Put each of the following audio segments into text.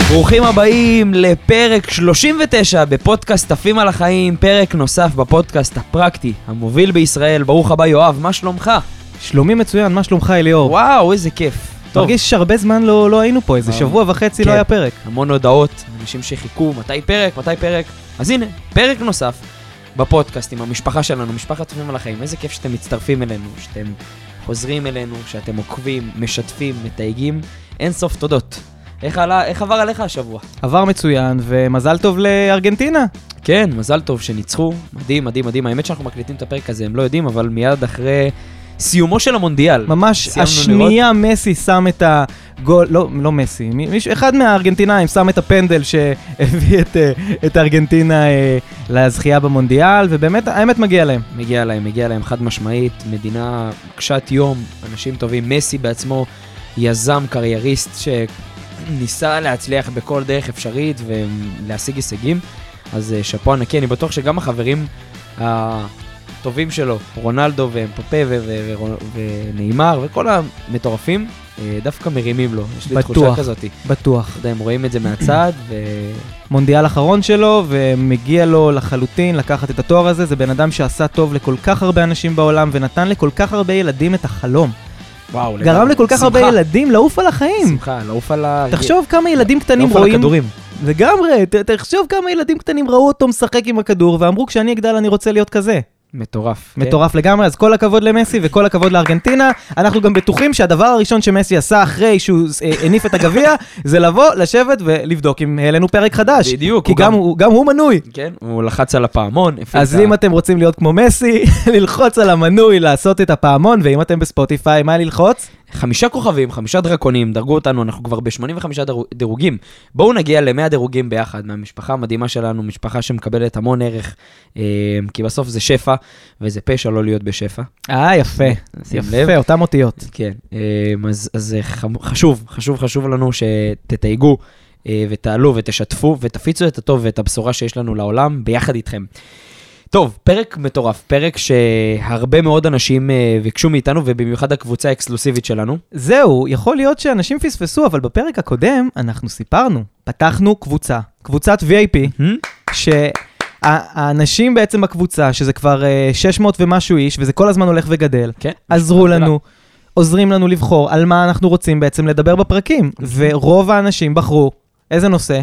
ברוכים הבאים לפרק 39 בפודקאסט עפים על החיים, פרק נוסף בפודקאסט הפרקטי, המוביל בישראל. ברוך הבא יואב, מה שלומך? שלומי מצוין, מה שלומך אליאור? וואו, איזה כיף. מרגיש שהרבה זמן לא היינו פה, איזה שבוע וחצי לא היה פרק. המון הודעות, אנשים שחיכו, מתי פרק? אז הנה, פרק נוסף בפודקאסט עם המשפחה שלנו, משפחת עפים על החיים. איזה כיף שאתם מצטרפים אלינו, שאתם חוזרים אלינו, שאתם עוקבים, משתפים, מתייגים. אין סוף תודות. איך עבר עליך השבוע? עבר מצוין, ומזל טוב לארגנטינה. כן, מזל טוב שניצחו. מדהים, מדהים, מדהים. האמת שאנחנו מקליטים את הפרק הזה, הם לא יודעים, אבל מיד אחרי סיומו של המונדיאל. ממש השנייה מסי שם את הגול, לא מסי, אחד מהארגנטינאים שם את הפנדל שהביא את ארגנטינה לזכייה במונדיאל, ובאמת, האמת מגיע להם. מגיע להם חד משמעית, מדינה קשת יום, אנשים טובים. מסי בעצמו יזם קרייריסט ניסה להצליח בכל דרך אפשרית ולהשיג הישגים, אז שפו ענקי. אני בטוח שגם החברים הטובים שלו, רונלדו ומפפה וניימר וכל המטורפים, דווקא מרימים לו. יש לי תחושה כזאת. בטוח. הם רואים את זה מהצד. מונדיאל אחרון שלו, ומגיע לו לחלוטין לקחת את התואר הזה. זה בן אדם שעשה טוב לכל כך הרבה אנשים בעולם, ונתן לכל כך הרבה ילדים את החלום. וואו, גרם לכל כך הרבה ילדים לעוף על החיים. שמחה, לעוף על תחשוב כמה ילדים קטנים רואים. לעוף על הכדורים. לגמרי, תחשוב כמה ילדים קטנים ראו אותו משחק עם הכדור, ואמרו כשאני אגדל אני רוצה להיות כזה. מטורף. מטורף לגמרי, אז כל הכבוד למסי וכל הכבוד לארגנטינה. אנחנו גם בטוחים שהדבר הראשון שמסי עשה אחרי שהוא הניף את הגביע, זה לבוא, לשבת ולבדוק אם העלינו פרק חדש. בדיוק. כי גם הוא מנוי. כן, הוא לחץ על הפעמון. אז אם אתם רוצים להיות כמו מסי, ללחוץ על המנוי, לעשות את הפעמון, ואם אתם בספוטיפיי, מה ללחוץ? 5 כוכבים, 5 דרקונים, דרגו אותנו, אנחנו כבר ב-85 דירוגים. בואו נגיע ל100 דירוגים ביחד, מהמשפחה המדהימה שלנו, משפחה שמקבלת המון ערך, כי בסוף זה שפע, וזה פשע לא להיות בשפע. יפה, יפה, אותם אותיות. כן, אז חשוב לנו שתתייגו ותעלו ותשתפו ותפיצו את הטוב ואת הבשורה שיש לנו לעולם ביחד איתכם. טוב, פרק מטורף, פרק שהרבה מאוד אנשים ביקשו מאיתנו, ובמיוחד הקבוצה האקסקלוסיבית שלנו. זהו, יכול להיות שאנשים פספסו, אבל בפרק הקודם אנחנו סיפרנו, פתחנו קבוצת VIP, שהאנשים בעצם בקבוצה, שזה כבר 600 ומשהו איש, וזה כל הזמן הולך וגדל, עזרו לנו, עוזרים לנו לבחור על מה אנחנו רוצים בעצם לדבר בפרקים, ורוב האנשים בחרו, איזה נושא?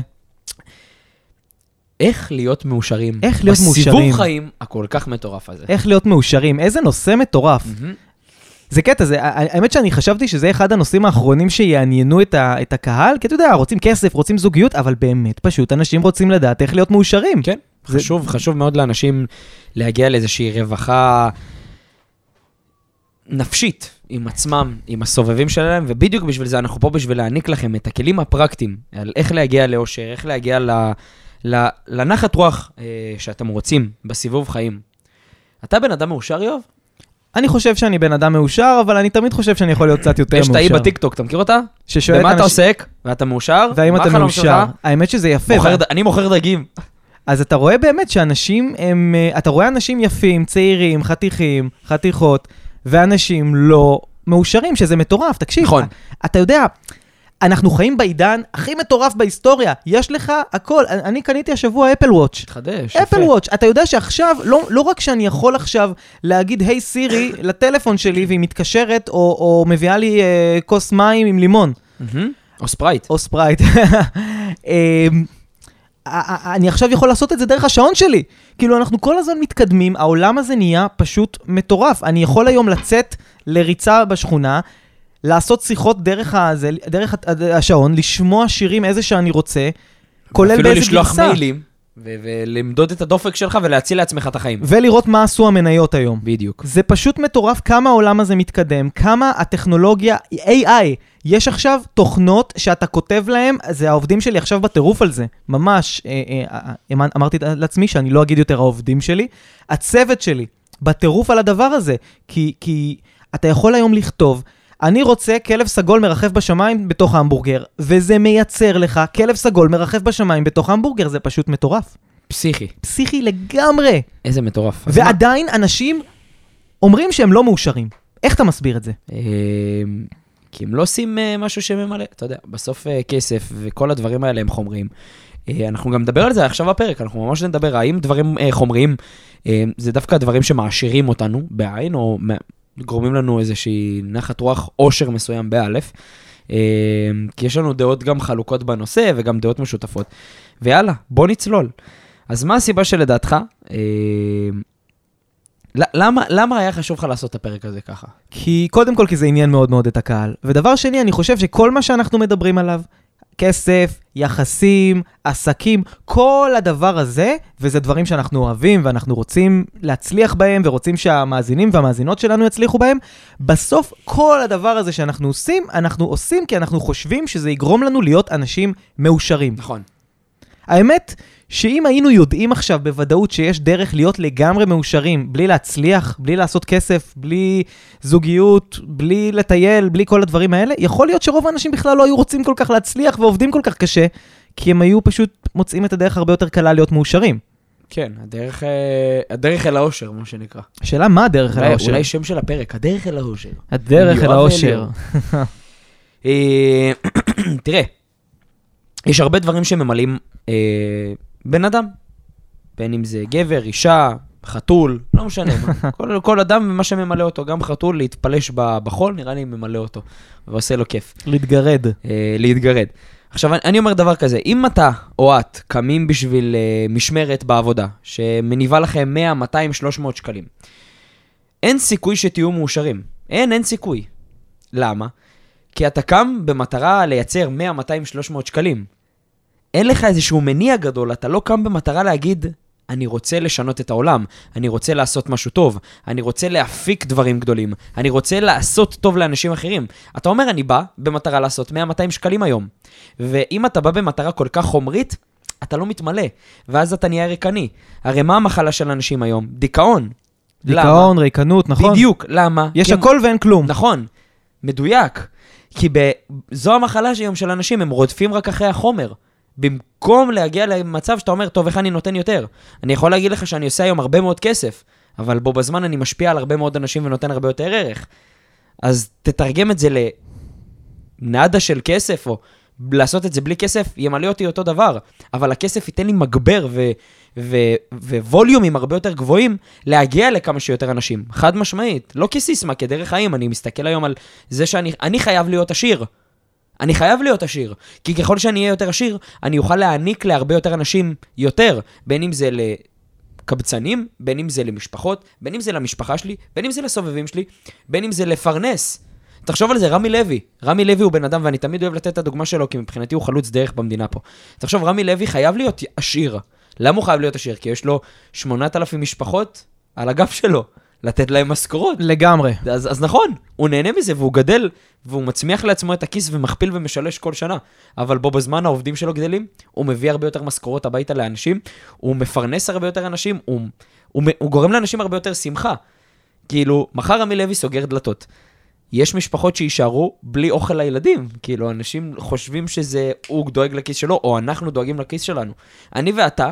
איך להיות מאושרים. בסיבוב חיים הכל כך מטורף הזה. איך להיות מאושרים. איזה נושא מטורף. זה קטע, האמת שאני חשבתי שזה אחד הנושאים האחרונים שיעניינו את הקהל, כי אתה יודע, רוצים כסף, רוצים זוגיות, אבל באמת פשוט אנשים רוצים לדעת איך להיות מאושרים. כן, חשוב מאוד לאנשים להגיע לאיזושהי רווחה נפשית עם עצמם, עם הסובבים שלהם, ובדיוק בשביל זה אנחנו פה בשביל להעניק לכם את הכלים הפרקטיים, על איך להגיע לאושר, איך להגיע לנחת רוח שאתם רוצים בסיבוב חיים. אתה בן אדם מאושר, יואב? אני חושב שאני בן אדם מאושר, אבל אני תמיד חושב שאני יכול להיות קצת יותר מאושר. יש תאי בטיקטוק, אתה מכיר אותה? במה אתה עוסק? ואתה מאושר? והאם אתה מאושר? האמת שזה יפה. אני מוכר דגים. אז אתה רואה באמת שאנשים אתה רואה אנשים יפים, צעירים, חתיכים, חתיכות, ואנשים לא מאושרים, שזה מטורף. תקשיב, נכון. אתה יודע, אנחנו חיים בעידן הכי מטורף בהיסטוריה. יש לך הכל. אני קניתי השבוע אפל וואץ'. תחדש. אפל וואץ'. אתה יודע שעכשיו, לא רק שאני יכול עכשיו להגיד, היי סירי, לטלפון שלי, והיא מתקשרת, או מביאה לי כוס מים עם לימון. או ספרייט. או ספרייט. אני עכשיו יכול לעשות את זה דרך השעון שלי. כאילו, אנחנו כל הזמן מתקדמים, העולם הזה נהיה פשוט מטורף. אני יכול היום לצאת לריצה בשכונה, לעשות שיחות דרך השעון, לשמוע שירים איזה שאני רוצה, כולל באיזה גרסה. אפילו לשלוח מיילים, ולמדוד את הדופק שלך ולהציל לעצמך את החיים. ולראות מה עשו המניות היום. בדיוק. זה פשוט מטורף כמה העולם הזה מתקדם, כמה הטכנולוגיה, AI, יש עכשיו תוכנות שאתה כותב להם, זה העובדים שלי עכשיו בטירוף על זה. ממש, אמרתי לעצמי שאני לא אגיד יותר העובדים שלי, הצוות שלי בטירוף על הדבר הזה, כי אתה יכול היום לכתוב, אני רוצה כלב סגול מרחב בשמיים בתוך ההמבורגר, וזה מייצר לך כלב סגול מרחב בשמיים בתוך ההמבורגר, זה פשוט מטורף. פסיכי. פסיכי לגמרי. איזה מטורף. ועדיין אנשים אומרים שהם לא מאושרים. איך אתה מסביר את זה? כי הם לא עושים משהו שממלא, אתה יודע, בסוף כסף וכל הדברים האלה הם חומריים. אנחנו גם נדבר על זה עכשיו בפרק, אנחנו ממש נדבר, האם דברים חומריים, זה דווקא דברים שמעשירים אותנו בעין, או גורמים לנו איזושהי נחת רוח עושר מסוים באלף, כי יש לנו דעות גם חלוקות בנושא, וגם דעות משותפות. ויאללה, בוא נצלול. אז מה הסיבה שלדעתך, למה היה חשוב לך לעשות את הפרק הזה ככה? כי קודם כל כי זה עניין מאוד מאוד את הקהל. ודבר שני, אני חושב שכל מה שאנחנו מדברים עליו, כסף, יחסים, עסקים, כל הדבר הזה, וזה דברים שאנחנו אוהבים ואנחנו רוצים להצליח בהם, ורוצים שהמאזינים והמאזינות שלנו יצליחו בהם, בסוף כל הדבר הזה שאנחנו עושים, אנחנו עושים כי אנחנו חושבים שזה יגרום לנו להיות אנשים מאושרים. נכון. האמת שאם היינו יודעים עכשיו בוודאות שיש דרך להיות לגמרי מאושרים, בלי להצליח, בלי לעשות כסף, בלי זוגיות, בלי לטייל, בלי כל הדברים האלה, יכול להיות שרוב האנשים בכלל לא היו רוצים כל כך להצליח ועובדים כל כך קשה, כי הם היו פשוט מוצאים את הדרך הרבה יותר קלה להיות מאושרים. כן, הדרך אל האושר, מה שנקרא. השאלה מה הדרך אל האושר? אולי שם של הפרק, הדרך אל האושר. הדרך אל האושר. תראה, יש הרבה דברים שממלאים בן אדם, בין אם זה גבר, אישה, חתול, לא משנה, כל אדם ומה שממלא אותו, גם חתול להתפלש בחול, נראה לי ממלא אותו, ועושה לו כיף. להתגרד. עכשיו, אני אומר דבר כזה, אם אתה או את קמים בשביל משמרת בעבודה, שמניבה לכם 100, 200, 300 שקלים, אין סיכוי שתהיו מאושרים. אין סיכוי. למה? כי אתה קם במטרה לייצר 100, 200, 300 שקלים. אין לך איזשהו מניע גדול, אתה לא קם במטרה להגיד, אני רוצה לשנות את העולם, אני רוצה לעשות משהו טוב, אני רוצה להפיק דברים גדולים, אני רוצה לעשות טוב לאנשים אחרים. אתה אומר, אני בא במטרה לעשות 100-200 שקלים היום. ואם אתה בא במטרה כל כך חומרית, אתה לא מתמלא, ואז אתה נהיה ריקני. הרי מה המחלה של אנשים היום? דיכאון. דיכאון, ריקנות, נכון? בדיוק, למה? יש הכל ואין כלום. נכון, מדויק. כי זו המחלה שהיום של אנשים, הם רודפים רק אחרי החומר. במקום להגיע למצב שאתה אומר, טוב, איך אני נותן יותר? אני יכול להגיד לך שאני עושה היום הרבה מאוד כסף, אבל בו בזמן אני משפיע על הרבה מאוד אנשים ונותן הרבה יותר ערך. אז תתרגם את זה לנדה של כסף, או לעשות את זה בלי כסף, ימלא אותי אותו דבר. אבל הכסף ייתן לי מגבר וווליומים הרבה יותר גבוהים, להגיע לכמה שיותר אנשים. חד משמעית. לא כסיסמה, כדרך חיים. אני מסתכל היום על זה שאני חייב להיות עשיר. אני חייב להיות עשיר, כי ככל שאני אהיה יותר עשיר, אני אוכל להעניק להרבה יותר אנשים יותר, בין אם זה לקבצנים, בין אם זה למשפחות, בין אם זה למשפחה שלי, בין אם זה לסובבים שלי, בין אם זה לפרנס. תחשוב על זה, רמי לוי. רמי לוי הוא בן אדם, ואני תמיד אוהב לתת את הדוגמה שלו, כי מבחינתי הוא חלוץ דרך במדינה פה. תחשוב, רמי לוי חייב להיות עשיר. למה הוא חייב להיות עשיר? כי יש לו 8,000 משפחות על הגב שלו. לתת להם משכורות. לגמרי. אז נכון, הוא נהנה מזה והוא גדל, והוא מצמיח לעצמו את הכיס ומכפיל ומשלש כל שנה. אבל בו בזמן העובדים שלו גדלים, הוא מביא הרבה יותר משכורות הביתה לאנשים, הוא מפרנס הרבה יותר אנשים, הוא גורם לאנשים הרבה יותר שמחה. כאילו, מחר רמי לוי סוגר דלתות. יש משפחות שישארו בלי אוכל לילדים. כאילו, אנשים חושבים שזה הוא דואג לכיס שלו, או אנחנו דואגים לכיס שלנו. אני ואתה,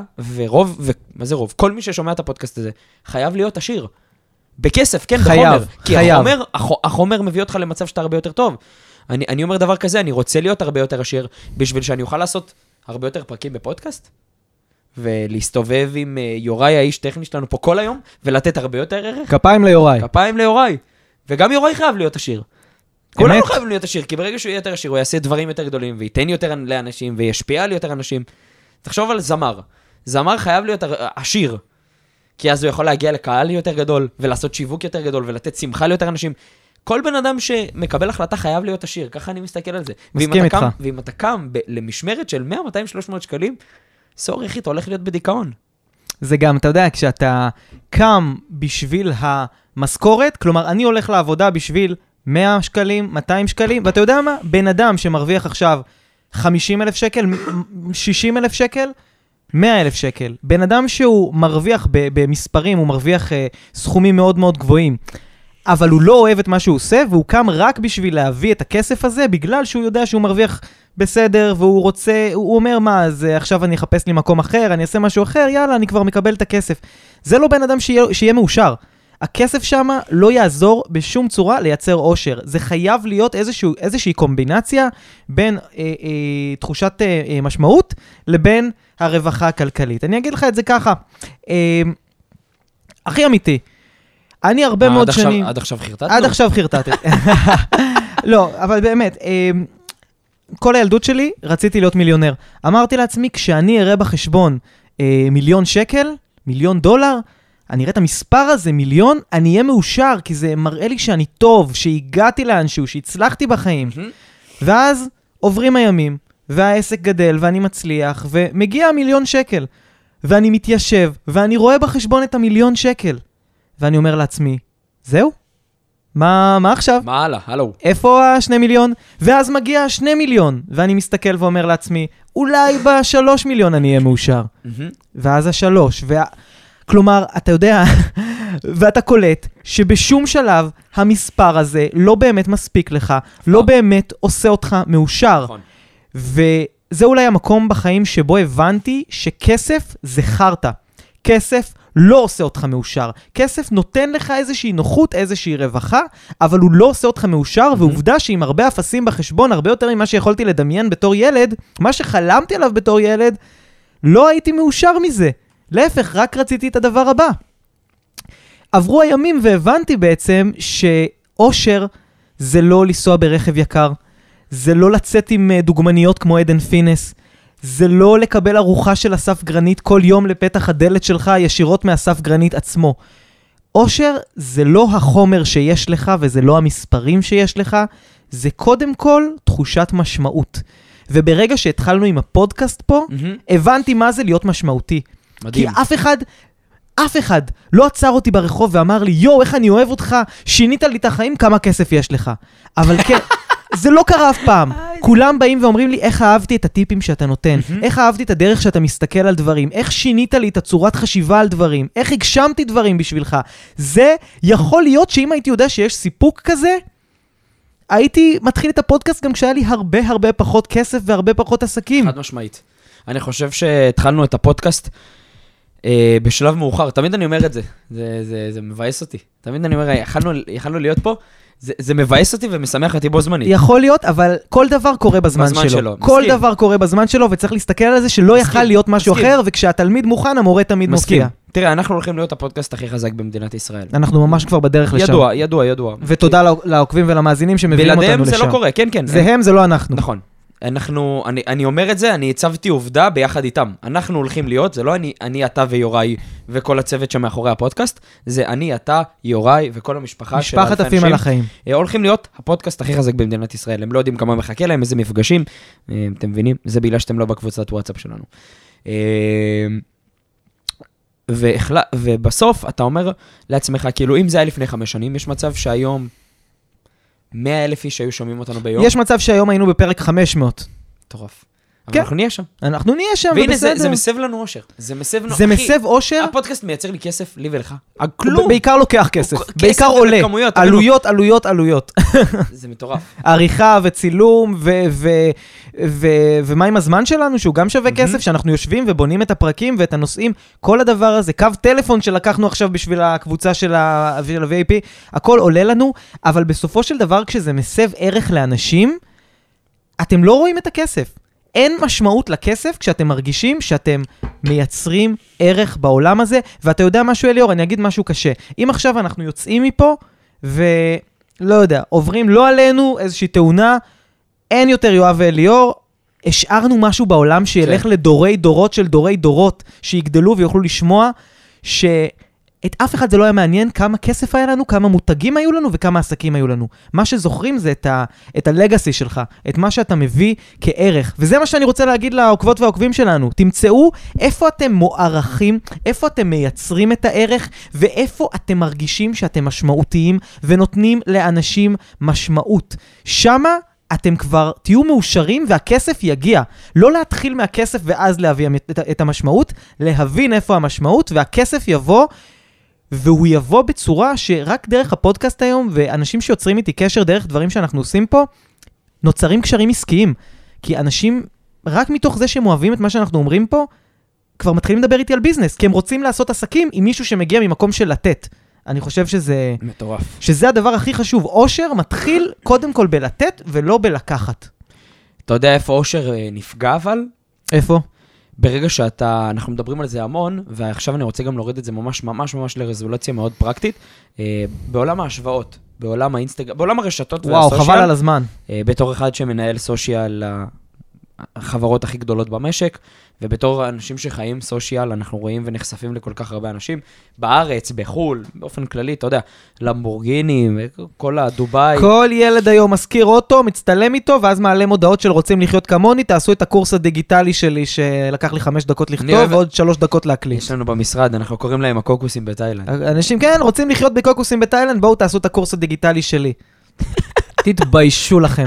מה זה רוב? כל מי ששומע את הפודקאסט הזה, חייב להיות עשיר. בכסף, כן, בחומר. כי החומר מביא אותך למצב שאתה הרבה יותר טוב. אני אומר דבר כזה, אני רוצה להיות הרבה יותר עשיר, בשביל שאני אוכל לעשות הרבה יותר פרקים בפודקאסט, ולהסתובב עם יוראי, האיש טכני שלנו פה כל היום, ולתת הרבה יותר ערך. כפיים ליוראי. כפיים ליוראי. וגם יוראי חייב להיות עשיר. כולנו חייבים להיות עשיר, כי ברגע שהוא יהיה יותר עשיר, הוא יעשה דברים יותר גדולים, וייתן יותר לאנשים, וישפיע על יותר אנשים. תחשוב על זמר. זמר חייב להיות עשיר. כי אז הוא יכול להגיע לקהל יותר גדול, ולעשות שיווק יותר גדול, ולתת שמחה ליותר אנשים. כל בן אדם שמקבל החלטה חייב להיות עשיר, ככה אני מסתכל על זה. מסכים איתך. ואם אתה קם למשמרת של 100, 200, 300 שקלים, סורי אחי, אתה הולך להיות בדיכאון. זה גם, אתה יודע, כשאתה קם בשביל המשכורת, כלומר, אני הולך לעבודה בשביל 100 שקלים, 200 שקלים, ואתה יודע מה? בן אדם שמרוויח עכשיו 50,000 שקל, 60,000 שקל, 100,000 שקל. בן אדם שהוא מרוויח במספרים, הוא מרוויח סכומים מאוד מאוד גבוהים, אבל הוא לא אוהב את מה שהוא עושה, והוא קם רק בשביל להביא את הכסף הזה, בגלל שהוא יודע שהוא מרוויח בסדר, והוא רוצה, הוא אומר, מה, אז עכשיו אני אחפש לי מקום אחר, אני אעשה משהו אחר, יאללה, אני כבר מקבל את הכסף. זה לא בן אדם שיהיה מאושר. הכסף שם לא יעזור בשום צורה לייצר אושר. זה חייב להיות איזושהי קומבינציה בין תחושת משמעות לבין הרווחה הכלכלית. אני אגיד לך את זה ככה, הכי אמיתי, אני הרבה מאוד שנים... עד עכשיו חרטטנו? עד עכשיו חרטטתי. לא, אבל באמת, כל הילדות שלי רציתי להיות מיליונר. אמרתי לעצמי, כשאני אראה בחשבון מיליון שקל, מיליון דולר, אני אראה את המספר הזה, מיליון, אני אהיה מאושר, כי זה מראה לי שאני טוב, שהגעתי לאנשהו, שהצלחתי בחיים. ואז עוברים הימים, והעסק גדל, ואני מצליח, ומגיע מיליון שקל. ואני מתיישב, ואני רואה בחשבון את המיליון שקל. ואני אומר לעצמי, זהו? מה עכשיו? מה הלאה? הלו. איפה ה2 מיליון? ואז מגיע 2 מיליון, ואני מסתכל ואומר לעצמי, אולי ב3 מיליון אני אהיה מאושר. ואז 3, כלומר, אתה יודע, ואתה קולט שבשום שלב המספר הזה לא באמת מספיק לך, לא באמת עושה אותך מאושר. וזה אולי המקום בחיים שבו הבנתי שכסף זה חרטה. כסף לא עושה אותך מאושר. כסף נותן לך איזושהי נוחות, איזושהי רווחה, אבל הוא לא עושה אותך מאושר, ועובדה שעם הרבה אפסים בחשבון, הרבה יותר ממה שיכולתי לדמיין בתור ילד, מה שחלמתי עליו בתור ילד, לא הייתי מאושר מזה. להפך, רק רציתי את הדבר הבא. עברו הימים והבנתי בעצם שאושר זה לא לנסוע ברכב יקר, זה לא לצאת עם דוגמניות כמו עדן פינס, זה לא לקבל ארוחה של אסף גרנית כל יום לפתח הדלת שלך ישירות מאסף גרנית עצמו. אושר זה לא החומר שיש לך וזה לא המספרים שיש לך, זה קודם כל תחושת משמעות. וברגע שהתחלנו עם הפודקאסט פה, הבנתי מה זה להיות משמעותי. מדהים. כי אף אחד לא עצר אותי ברחוב ואמר לי, יו, איך אני אוהב אותך, שינית לי את החיים, כמה כסף יש לך. אבל כן, זה לא קרה אף פעם. כולם באים ואומרים לי, איך אהבתי את הטיפים שאתה נותן, איך אהבתי את הדרך שאתה מסתכל על דברים, איך שינית לי את הצורת חשיבה על דברים, איך הגשמתי דברים בשבילך. זה יכול להיות שאם הייתי יודע שיש סיפוק כזה, הייתי מתחיל את הפודקאסט גם כשהיה לי הרבה פחות כסף והרבה פחות עסקים. חד משמעית. אני חושב שהתחלנו את הפודקאסט בשלב מאוחר. תמיד אני אומר את זה. זה מבאס אותי. תמיד אני אומר, יכלנו להיות פה, זה מבאס אותי ומשמח אותי בו זמנית. יכול להיות, אבל כל דבר קורה בזמן שלו. כל דבר קורה בזמן שלו, וצריך להסתכל על זה שלא יכל להיות משהו אחר, וכשהתלמיד מוכן, המורה תמיד מופיע. תראה, אנחנו הולכים להיות הפודקאסט הכי חזק במדינת ישראל. אנחנו ממש כבר בדרך לשם. ידוע. ותודה לעוקבים ולמאזינים שמביאים אותנו לשם. בלעדיהם זה לא קורה, כן. זה הם, זה לא אנחנו. נכון. אני אומר את זה, אני הצבתי עובדה ביחד איתם. אנחנו הולכים להיות, זה לא אני, אתה ויוראי וכל הצוות שמאחורי הפודקאסט, זה אני, אתה, יוראי וכל המשפחה של משפחת עפים על החיים. הולכים להיות הפודקאסט הכי חזק במדינת ישראל. הם לא יודעים כמה מחכה להם, איזה מפגשים. אתם מבינים? זה בגלל שאתם לא בקבוצת וואטסאפ שלנו. ובסוף אתה אומר לעצמך, כאילו אם זה היה לפני 5 שנים, יש מצב שהיום 100,000 איש היו שומעים אותנו ביום. יש מצב שהיום היינו בפרק 500. טורף. אבל אנחנו נהיה שם. אנחנו נהיה שם, והנה, זה מסב לנו אושר. זה מסב אושר. הפודקאסט מייצר לי כסף, לי ולך. כלום. בעיקר לוקח כסף. בעיקר עולה. עלויות. זה מטורף. עריכה וצילום ומה עם הזמן שלנו, שהוא גם שווה כסף, שאנחנו יושבים ובונים את הפרקים ואת הנושאים. כל הדבר הזה, קו טלפון שלקחנו עכשיו בשביל הקבוצה של ה-VIP, הכל עולה לנו, אבל בסופו של דבר, כשזה מסב ערך לאנשים, אתם לא רואים את הכסף. אין משמעות לכסף כשאתם מרגישים שאתם מייצרים ערך בעולם הזה, ואתה יודע משהו אליאור, אני אגיד משהו קשה. אם עכשיו אנחנו יוצאים מפה, ולא יודע, עוברים לא עלינו איזושהי תאונה, אין יותר יואב ואליאור, השארנו משהו בעולם שילך לדורי דורות של דורי דורות, שיגדלו ויוכלו לשמוע, את אף אחד זה לא היה מעניין כמה כסף היה לנו, כמה מותגים היו לנו וכמה עסקים היו לנו. מה שזוכרים זה את הלגאסי שלך, את מה שאתה מביא כערך. וזה מה שאני רוצה להגיד לעוקבות והעוקבים שלנו. תמצאו איפה אתם מוערכים, איפה אתם מייצרים את הערך, ואיפה אתם מרגישים שאתם משמעותיים ונותנים לאנשים משמעות. שמה אתם כבר תהיו מאושרים והכסף יגיע. לא להתחיל מהכסף ואז להביא את המשמעות, להבין איפה המשמעות והכסף יבוא, והוא יבוא בצורה שרק דרך הפודקאסט היום, ואנשים שיוצרים איתי קשר דרך דברים שאנחנו עושים פה, נוצרים קשרים עסקיים. כי אנשים, רק מתוך זה שהם אוהבים את מה שאנחנו אומרים פה, כבר מתחילים לדבר איתי על ביזנס, כי הם רוצים לעשות עסקים עם מישהו שמגיע ממקום של לתת. אני חושב מטורף. שזה הדבר הכי חשוב. אושר מתחיל קודם כל בלתת ולא בלקחת. אתה יודע איפה אושר נפגע אבל? איפה? ברגע אנחנו מדברים על זה המון, ועכשיו אני רוצה גם להוריד את זה ממש ממש ממש לרזולוציה מאוד פרקטית, בעולם ההשוואות, בעולם האינסטגרם, בעולם הרשתות והסושיאל. וואו, חבל על הזמן. בתור אחד שמנהל סושיאל, החברות הכי גדולות במשק, ובתור אנשים שחיים סושיאל, אנחנו רואים ונחשפים לכל כך הרבה אנשים, בארץ, בחול, באופן כללי, אתה יודע, למבורגינים, כל הדובאי. כל ילד היום מזכיר אוטו, מצטלם איתו, ואז מעלה מודעות של רוצים לחיות כמוני, תעשו את הקורס הדיגיטלי שלי, שלקח לי 5 דקות לכתוב, ועוד 3 דקות להקליט. יש לנו במשרד, אנחנו קוראים להם הקוקוסים בתאילנד. אנשים, כן, רוצים לחיות בקוקוסים בתאילנד, בואו תעשו את הקורס הדיגיטלי שלי. תתביישו לכם.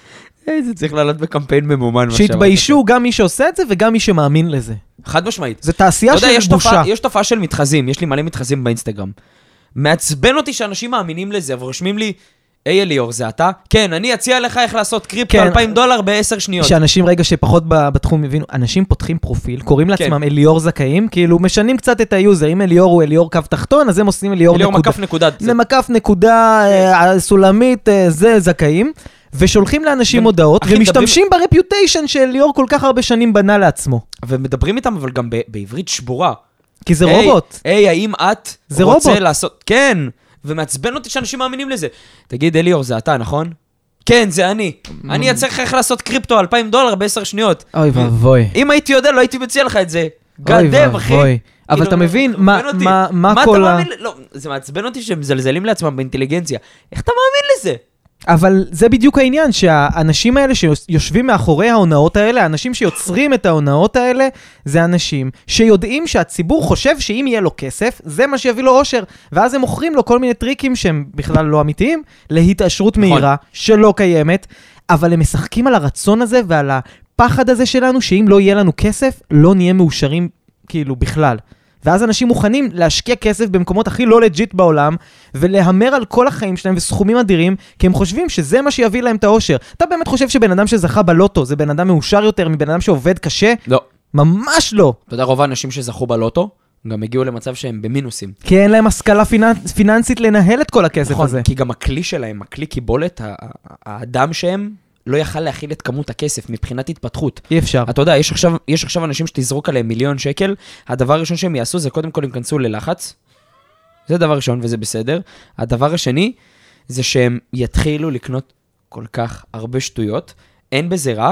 זה צריך לעלות בקמפיין ממומן. שהתביישו גם מי שעושה את זה וגם מי שמאמין לזה. חד משמעית. זה תעשייה של בושה. יש תופעה של מתחזים, יש לי מלא מתחזים באינסטגרם. מעצבן אותי שאנשים מאמינים לזה, ורושמים לי, היי אליאור, זה אתה? כן, אני אציע לך איך לעשות קריפטו $2,000 ב10 שניות. שאנשים רגע שפחות בתחום מבינו, אנשים פותחים פרופיל, קוראים לעצמם אליאור זכאים, כאילו משנים קצת את היוזר, אם אליאור הוא אליאור קו תחתון, אז הם עושים אליאור נקודה. זה מקף נקודה, סולמית, זה זכאים. ושולחים לאנשים הודעות, ומשתמשים ברפיוטיישן של ליאור כל כך הרבה שנים בנה לעצמו. ומדברים איתם, אבל גם בעברית שבורה. כי זה רובוט. היי, האם את רוצה לעשות... כן, ומעצבן אותי שאנשים מאמינים לזה. תגיד, אליאור, זה אתה, נכון? כן, זה אני. אני אצליח איך לעשות קריפטו $2,000 ב10 שניות. אוי ואבוי. אם הייתי יודע, לא הייתי מציע לך את זה. גדב, אחי. אבל אתה מבין, מה כל ה... לא, זה מעצבן אותי שהם מזלזלים לעצמם באינטליגנציה. איך אתה מאמין לזה? אבל זה בדיוק העניין, שהאנשים האלה שיושבים מאחורי ההונאות האלה, האנשים שיוצרים את ההונאות האלה, זה אנשים שיודעים שהציבור חושב שאם יהיה לו כסף, זה מה שיביא לו אושר, ואז הם מוכרים לו כל מיני טריקים שהם בכלל לא אמיתיים, להתעשרות מהירה, שלא קיימת, אבל הם משחקים על הרצון הזה ועל הפחד הזה שלנו, שאם לא יהיה לנו כסף, לא נהיה מאושרים כאילו בכלל. ואז אנשים מוכנים להשקיע כסף במקומות הכי לא לג'יט בעולם, ולהמר על כל החיים שלהם וסכומים אדירים, כי הם חושבים שזה מה שיביא להם את האושר. אתה באמת חושב שבן אדם שזכה בלוטו, זה בן אדם מאושר יותר מבן אדם שעובד קשה? לא. ממש לא. אתה יודע, רוב האנשים שזכו בלוטו, גם הגיעו למצב שהם במינוסים. כי אין להם השכלה פיננסית לנהל את כל הכסף הזה. כי גם הכלי שלהם, הכלי קיבולת, האדם שהם, לא יכל להכיל את כמות הכסף מבחינת התפתחות. אי אפשר. אתה יודע, יש עכשיו אנשים שתזרוק עליהם $1,000,000, הדבר הראשון שהם יעשו זה קודם כל הם כנסו ללחץ. זה דבר ראשון וזה בסדר. הדבר השני זה שהם יתחילו לקנות כל כך הרבה שטויות, אין בזה רע,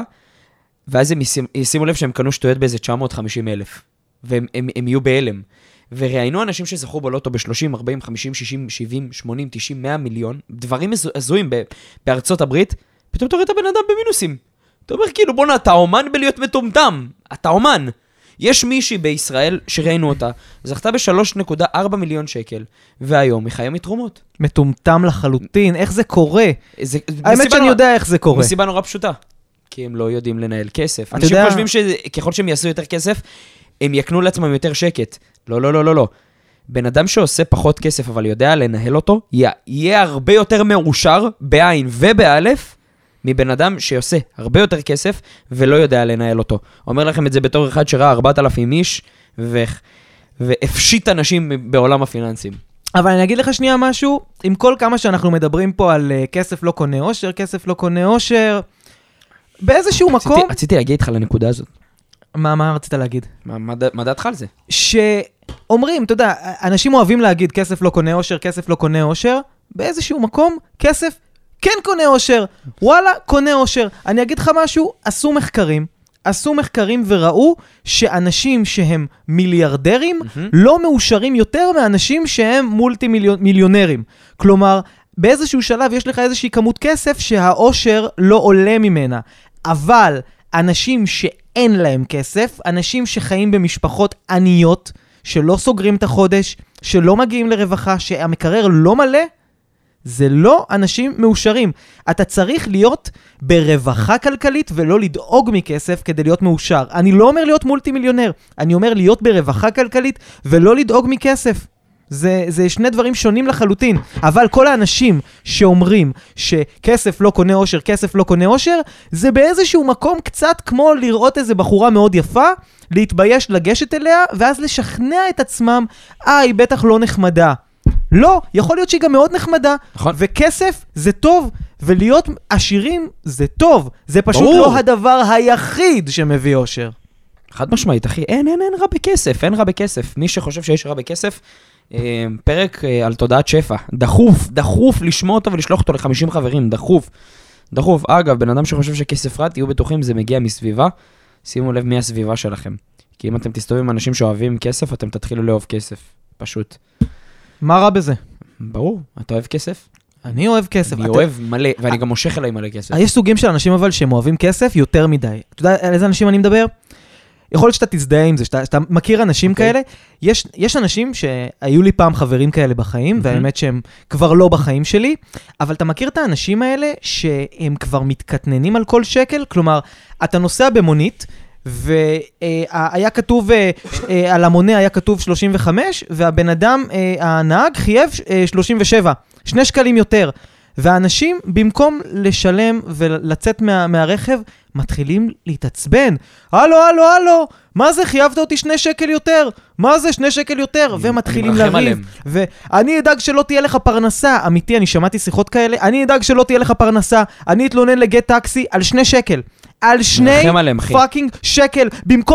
ואז הם ישימו לב שהם קנו שטויות באיזה 950,000, והם יהיו בהלם. וראיינו אנשים שזכו בלוטו ב-30, 40, 50, 60, 70, 80, 90, 100 מיליון, דברים הזויים בארצות הברית, פתאום אתה רואה את הבן אדם במינוסים. אתה אומר כאילו, בונה, אתה אומן בלהיות מטומטם. אתה אומן. יש מישהי בישראל שראינו אותה, זכתה ב$3.4 מיליון, והיום היא חיה מתרומות. מטומטם לחלוטין. איך זה קורה? האמת שאני יודע איך זה קורה. מסיבה נורא פשוטה. כי הם לא יודעים לנהל כסף. אנשים חושבים שככל שהם יעשו יותר כסף, הם יקנו לעצמם יותר שקט. לא, לא, לא, לא, לא. בן אדם שעושה פחות כסף, אבל יודע לנהל אותו, יהיה הרבה יותר מאושר בעין ובאלף, מבן אדם שעושה הרבה יותר כסף, ולא יודע לנהל אותו. אומר לכם את זה בתור אחד שראה 4,000 איש, והפשיט אנשים בעולם הפיננסים. אבל אני אגיד לך שנייה משהו, עם כל כמה שאנחנו מדברים פה על כסף לא קונה אושר, כסף לא קונה אושר, באיזשהו מקום... רציתי להגיע איתך לנקודה הזאת. מה רצית להגיד? מה דעתך על זה? שאומרים, אתה יודע, אנשים אוהבים להגיד כסף לא קונה אושר, כסף לא קונה אושר, באיזשהו מקום כסף כן קונה אושר, וואלה, קונה אושר. אני אגיד לך משהו, עשו מחקרים וראו שאנשים שהם מיליארדרים לא מאושרים יותר מאנשים שהם מולטי מיליונרים. כלומר, באיזשהו שלב יש לך איזושהי כמות כסף שהאושר לא עולה ממנה. אבל אנשים שאין להם כסף, אנשים שחיים במשפחות עניות, שלא סוגרים את החודש, שלא מגיעים לרווחה, שהמקרר לא מלא, זה לא אנשים מאושרים. אתה צריך להיות ברווחה כלכלית ולא לדאוג מכסף כדי להיות מאושר. אני לא אומר להיות מולטי מיליונר, אני אומר להיות ברווחה כלכלית ולא לדאוג מכסף. זה שני דברים שונים לחלוטין. אבל כל האנשים שאומרים שכסף לא קונה אושר, כסף לא קונה אושר, זה באיזשהו מקום קצת כמו לראות איזו בחורה מאוד יפה, להתבייש לגשת אליה, ואז לשכנע את עצמם, היא בטח לא נחמדה. לא, יכול להיות שהיא גם מאוד נחמדה. נכון. וכסף זה טוב, ולהיות עשירים זה טוב. זה פשוט ברור. לא הדבר היחיד שמביא אושר. חד משמעית, אחי, אין רע בכסף, אין רע בכסף. מי שחושב שיש רע בכסף, פרק על תודעת שפע. דחוף לשמוע אותו ולשלוח אותו ל50 חברים, דחוף. אגב, בן אדם שחושב שכסף רע, תהיו בטוחים, זה מגיע מסביבה. שימו לב מי הסביבה שלכם. כי אם אתם תסתובבים עם אנשים שאוהבים כסף, אתם תתחילו לאהוב כסף. פשוט. מה רע בזה? ברור, אתה אוהב כסף? אני אוהב כסף. אני אוהב מלא, ואני גם מושך אליי מלא כסף. יש סוגים של אנשים אבל שהם אוהבים כסף יותר מדי. אתה יודע על איזה אנשים אני מדבר? יכול להיות שאתה תזדהה עם זה, שאתה מכיר אנשים כאלה. יש אנשים שהיו לי פעם חברים כאלה בחיים, והאמת שהם כבר לא בחיים שלי, אבל אתה מכיר את האנשים האלה שהם כבר מתקטננים על כל שקל? כלומר, אתה נוסע במונית, והיה כתוב, על המונה היה כתוב 35, והבן אדם, הנהג חייב 37, 2 שקלים יותר. והאנשים, במקום לשלם ולצאת מהרכב, מתחילים להתעצבן. הלו, מה זה? חייבת אותי 2 שקל יותר? מה זה 2 שקל יותר? ומתחילים לריב. ואני אדאג שלא תהיה לך פרנסה. אמיתי, אני שמעתי שיחות כאלה. אני אדאג שלא תהיה לך פרנסה. אני אתלונן לגט טקסי על 2 שקל. על 2 פאקינג שקל.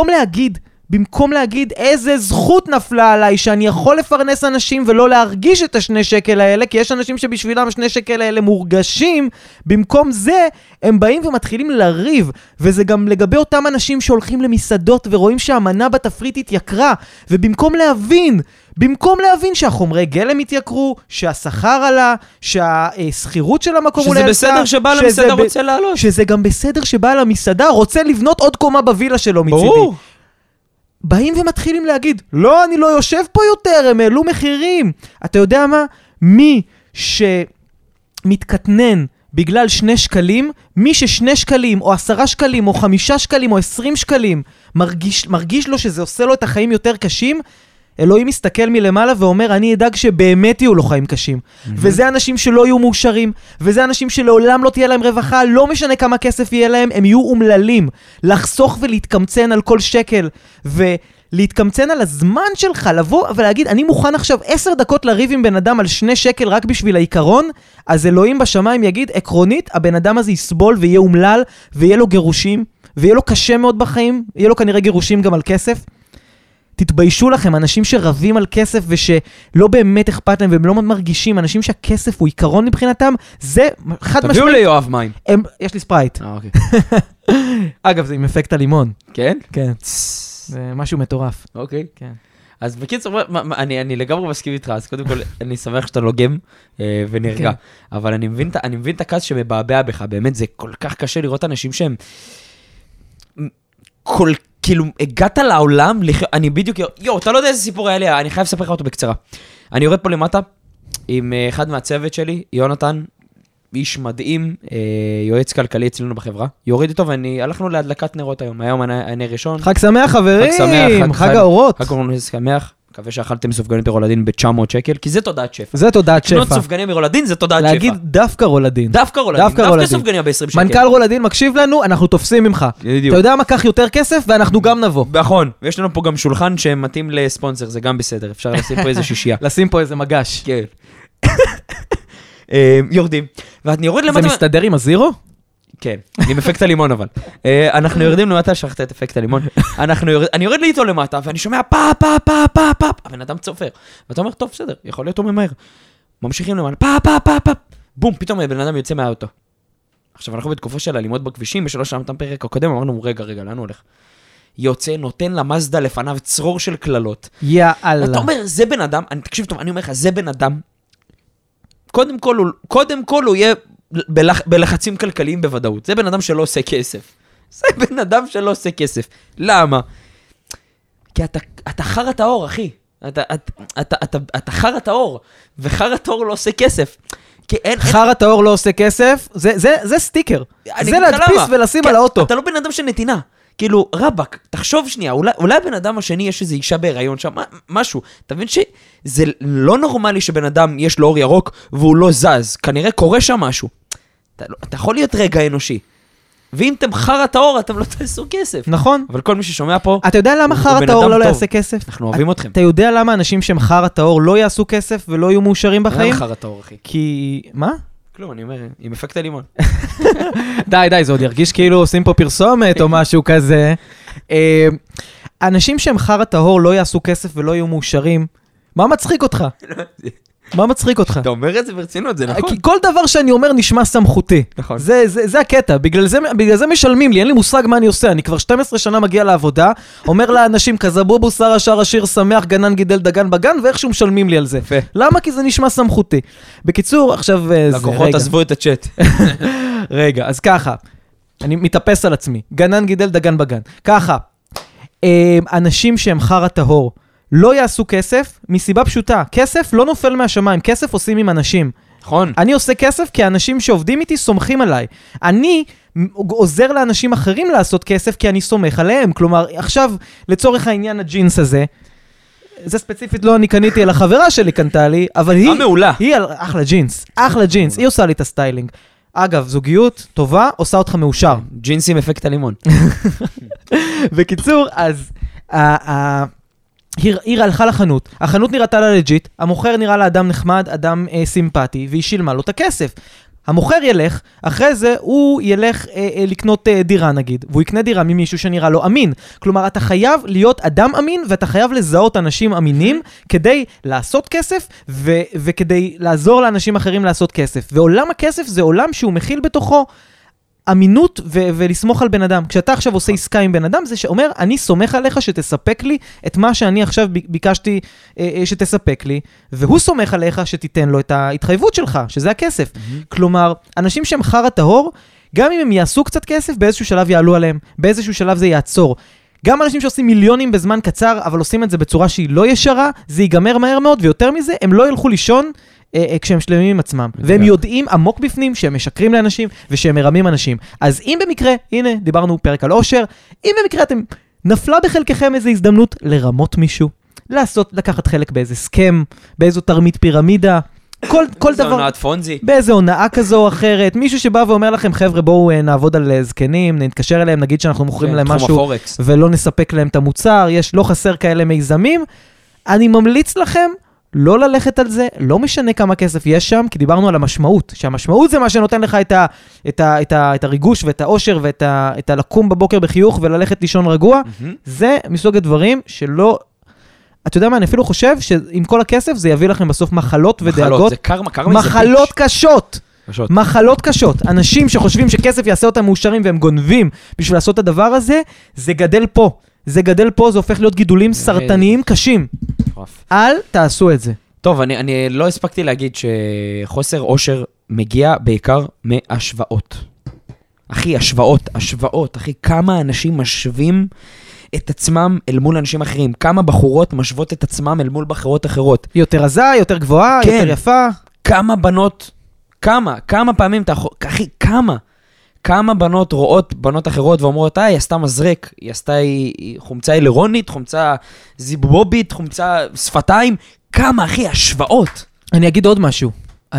במקום להגיד איזה זכות נפלה עליי שאני יכול לפרנס אנשים ולא להרגיש את 2 שקל האלה, כי יש אנשים שבשבילם 2 שקל האלה מורגשים, במקום זה הם באים ומתחילים לריב, וזה גם לגבי אותם אנשים שהולכים למסעדות ורואים שהמנה בתפריט התייקרה, ובמקום להבין שהחומרי גלם התייקרו, שהשכר עלה, שהסחירות של המקום שזה בסדר שבעל המסעדה רוצה לעלות. שזה גם בסדר שבעל המסעדה רוצה לבנות עוד קומה בווילה שלו מצידי. ברור. באים ומתחילים להגיד, לא, אני לא יושב פה יותר, הם העלו מחירים. אתה יודע מה? מי שמתקטנן בגלל 2 שקלים, מי ש2 שקלים, או 10 שקלים, או 5 שקלים, או 20 שקלים, מרגיש לו שזה עושה לו את החיים יותר קשים, אלוהים מסתכל מלמעלה ואומר, אני אדאג שבאמת יהיו לו חיים קשים. וזה אנשים שלא יהיו מאושרים, וזה אנשים שלעולם לא תהיה להם רווחה, לא משנה כמה כסף יהיה להם, הם יהיו אומללים. לחסוך ולהתקמצן על כל שקל, ולהתקמצן על הזמן שלך, לבוא ולהגיד, אני מוכן עכשיו 10 דקות לריב עם בן אדם על 2 שקל רק בשביל העיקרון, אז אלוהים בשמיים יגיד, עקרונית, הבן אדם הזה יסבול ויהיה אומלל, ויהיה לו גירושים, ויהיה לו קשה מאוד בחיים, יהיה לו כנראה גירושים גם על כסף. תתביישו לכם, אנשים שרבים על כסף ושלא באמת אכפת להם והם לא מרגישים, אנשים שהכסף הוא עיקרון מבחינתם, זה חד משמעית. תביאו ליואב מים. יש לי ספרייט. אוקיי. אגב, זה עם אפקט הלימון. כן? כן. זה משהו מטורף. אוקיי. כן. אז בקיצור, אני לגמרי מסכים איתך, אז קודם כל אני שמח שאתה לוגם ונרגע, אבל אני מבין את הכעס שמבעבע בך, באמת זה כל כך קשה לראות אנשים שהם כאילו, הגעת לעולם, אני בדיוק, אתה לא יודע איזה סיפור היה לי, אני חייב לספר לך אותו בקצרה. אני יורד פה למטה עם אחד מהצוות שלי, יונתן, איש מדהים, יועץ כלכלי אצלנו בחברה, יוריד איתו הלכנו להדלקת נרות היום הנר ראשון. חג שמח חברים, חג האורות. חג האורות שמח. מקווה שאכלתם סופגניות רולדין ב-900 שקל, כי זה תודעת שפע. זה תודעת שפע. לקנות סופגניה מרולדין זה תודעת שפע. להגיד דווקא רולדין. דווקא סופגניה ב-20 שקל. מנכ"ל רולדין מקשיב לנו, אנחנו תופסים ממך. אתה יודע מה, קח יותר כסף ואנחנו גם נבוא. נכון, ויש לנו פה גם שולחן שמתאים לספונסר, זה גם בסדר, אפשר לשים פה איזה שישייה. לשים פה איזה מגש. כן. יורדים. ואני יורד למטה... זה מסתדר עם הזירו? כן, עם אפקט הלימון אבל. אנחנו יורדים למטה, שכחת את אפקט הלימון. אני יורד לי איתו למטה, ואני שומע פה, פה, פה, פה, פה, הבן אדם צופר. ואתה אומר, טוב, בסדר, יכול להיות הוא ממהר. ממשיכים למעלה, פה, פה, פה, פה. בום, פתאום הבן אדם יוצא מהאוטו. עכשיו, אנחנו בתקופה של הלימות בכבישים, בשלוש שעה פרק הקודם, אמרנו, רגע, לאן הוא הולך? יוצא, נותן למזדה לפניו צרור של כללות. יאללה. אתה אומר, זה בן אדם, תקשיב טוב, אני אומר לך, זה בן אדם, קודם כל הוא יהיה בלחצים כלכליים בוודאות. זה בן אדם שלא עושה כסף. זה בן אדם שלא עושה כסף. למה? כי אתה חרת האור, אחי. אתה חרת האור, וחרת האור לא עושה כסף. חרת האור לא עושה כסף, זה סטיקר. זה להדפיס ולשים על האוטו. אתה לא בן אדם של נתינה. כאילו, רבק, תחשוב שנייה, אולי בן אדם השני יש איזו אישה בהיריון שם, משהו. אתה מבין שזה לא נורמלי שבן אדם יש לו אור ירוק והוא לא זז. כנראה קורה שם משהו. אתה יכול להיות רגע אנושי. ואם אתם חרא טהור, אתם לא תעשו כסף. נכון. אבל כל מי ששומע פה, אתה יודע למה חרא טהור לא יעשה כסף? אנחנו אוהבים אתכם. אתה יודע למה אנשים שהם חרא טהור לא יעשו כסף ולא יהיו מאושרים בחיים? אין חרא טהור, אחי. כי... מה? כלום, אני אומר, עם אפקט הלימון. די, זה עוד ירגיש כאילו עושים פה פרסומת או משהו כזה. אנשים שהם חרא טהור לא יעשו כסף ולא יהיו מאושרים. מה מצחיק אותך? מה מצחיק אותך? אתה אומר את זה ברצינות, זה נכון. כי כל דבר שאני אומר נשמע סמכותי. נכון. זה הקטע, בגלל זה משלמים לי, אין לי מושג מה אני עושה. אני כבר 12 שנה מגיע לעבודה, אומר לאנשים כזבובו, שרה, שר, השיר, שמח, גנן, גידל, דגן, בגן, ואיכשהו משלמים לי על זה. למה? כי זה נשמע סמכותי. בקיצור, עכשיו... לקוחות עזבו את הצ'אט. רגע, אז ככה, אני מתאפס על עצמי. גנן, גידל, דגן, בגן. ככה, אנשים שהם חרא טהור, לא יעשו כסף מסיבה פשוטה. כסף לא נופל מהשמיים, כסף עושים עם אנשים. נכון. אני עושה כסף כי האנשים שעובדים איתי סומכים עליי. אני עוזר לאנשים אחרים לעשות כסף כי אני סומך עליהם. כלומר, עכשיו, לצורך העניין הג'ינס הזה, זה ספציפית לא אני קניתי, אלא חברה שלי קנתה לי, אבל היא... מעולה. היא אחלה ג'ינס, אחלה ג'ינס, היא עושה לי את הסטיילינג. אגב, זוגיות טובה, עושה אותך מאושר. ג'ינס עם אפקט הלימון. בקיצור, אז... היא הלכה לחנות, החנות נראתה לה לג'יט, המוכר נראה לה אדם נחמד, אדם סימפטי, והיא שילמה לו את הכסף. המוכר ילך, אחרי זה הוא ילך לקנות דירה נגיד, והוא יקנה דירה ממישהו שנראה לו אמין. כלומר, אתה חייב להיות אדם אמין, ואתה חייב לזהות אנשים אמינים, כדי לעשות כסף, וכדי לעזור לאנשים אחרים לעשות כסף. ועולם הכסף זה עולם שהוא מכיל בתוכו, אמינות ולסמוך על בן אדם. כשאתה עכשיו עושה עסקה עם בן אדם, זה שאומר, אני סומך עליך שתספק לי את מה שאני עכשיו ביקשתי שתספק לי, והוא סומך עליך שתיתן לו את ההתחייבות שלך, שזה הכסף. כלומר, אנשים שהם חרא טהור, גם אם הם יעשו קצת כסף, באיזשהו שלב יעלו עליהם, באיזשהו שלב זה יעצור. גם אנשים שעושים מיליונים בזמן קצר, אבל עושים את זה בצורה שהיא לא ישרה, זה ייגמר מהר מאוד, ויותר מזה, הם לא ילכו לישון כשהם שלמים עם עצמם. והם יודעים עמוק בפנים שהם משקרים לאנשים ושהם מרמים אנשים. אז אם במקרה, הנה, דיברנו פרק על אושר, אם במקרה אתם נפלה בחלקכם איזו הזדמנות לרמות מישהו, לקחת חלק באיזה סכם, באיזו תרמית פירמידה, כל דבר, הונאת פונזי. באיזה הונאה כזו או אחרת, מישהו שבא ואומר לכם, חבר'ה, בואו נעבוד על זקנים, נתקשר אליהם, נגיד שאנחנו מוכרים להם משהו, ולא נספק להם את המוצר, לא חסר כאלה מיזמים, אני ממליץ לכם, לא ללכת על זה, לא משנה כמה כסף יש שם, כי דיברנו על המשמעות, שהמשמעות זה מה שנותן לך את הריגוש ואת האושר ואת הלקום בבוקר בחיוך וללכת לישון רגוע, זה מסוג הדברים שלא, אתה יודע מה, אני אפילו חושב שעם כל הכסף זה יביא לכם בסוף מחלות ודאגות. מחלות, זה קרמה, מחלות קשות. מחלות קשות. אנשים שחושבים שכסף יעשה אותם מאושרים והם גונבים בשביל לעשות את הדבר הזה, זה גדל פה. זה גדל פה, זה הופך להיות גידולים סרטניים קשים. אל תעשו את זה. טוב, אני לא הספקתי להגיד שחוסר אושר מגיע בעיקר מהשוואות. אחי, השוואות, אחי, כמה אנשים משווים את עצמם אל מול אנשים אחרים, כמה בחורות משוות את עצמם אל מול בחורות אחרות. יותר רזה, יותר גבוהה, כן. יותר יפה. כמה בנות, כמה פעמים, אחי, כמה בנות רואות בנות אחרות ואומרות, היא עשתה מזרק, היא חומצה אלרונית, חומצה זיבובית, חומצה שפתיים, כמה אחי, השוואות. אני אגיד עוד משהו.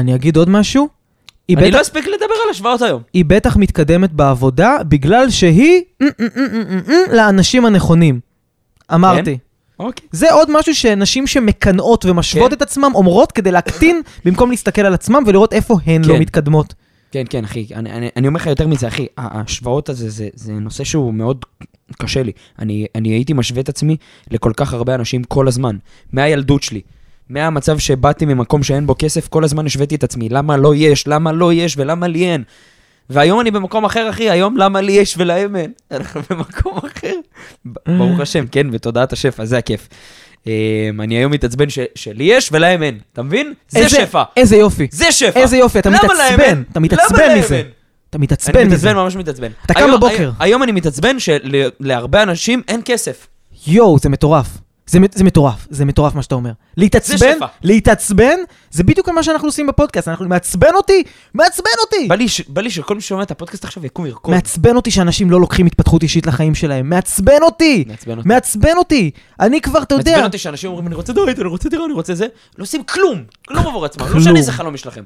אני לא אספיק לדבר על השוואות היום. היא בטח מתקדמת בעבודה, בגלל שהיא לאנשים הנכונים. אמרתי. אוקיי. זה עוד משהו שנשים שמקנאות ומשוות את עצמם אומרות כדי להקטין, במקום להסתכל על עצמם ולראות איפה הן לא מתקדמות. כן, אחי. אני אומר לך יותר מזה, אחי. השוואות הזה, זה נושא שהוא מאוד קשה לי. אני הייתי משווה את עצמי לכל כך הרבה אנשים כל הזמן. מהילדות שלי. מהמצב שבאתי ממקום שאין בו כסף, כל הזמן השוויתי את עצמי. למה לא יש ולמה לי אין? והיום אני במקום אחר, אחי. היום למה לי יש ולהם אין? אנחנו במקום אחר. ברוך השם, כן, ותודעת השפע, זה הכיף. אני היום מתעצבן שלי יש ולהם אין. אתה מבין? זה שפע. איזה יופי. זה שפע. איזה יופי, אתה מתעצבן. אתה מתעצבן מזה. אתה מתעצבן מזה. אני מתעצבן, ממש מתעצבן. אתה קם בבוקר. היום אני מתעצבן שלהרבה אנשים אין כסף. יואו, זה מטורף. זה מטורף מה שאתה אומר. להתעצבן, זה בדיוק מה שאנחנו עושים בפודקאסט. אנחנו מעצבן אותי. בא לי שכל מי שומע את הפודקאסט עכשיו יקום ירקוד. מעצבן אותי שאנשים לא לוקחים התפתחות אישית לחיים שלהם. מעצבן אותי. אני כבר, אתה יודע. מעצבן אותי שאנשים אומרים, אני רוצה דירה, אני רוצה זה. לא עושים כלום עבור עצמם. לא משנה איזה חלום יש לכם.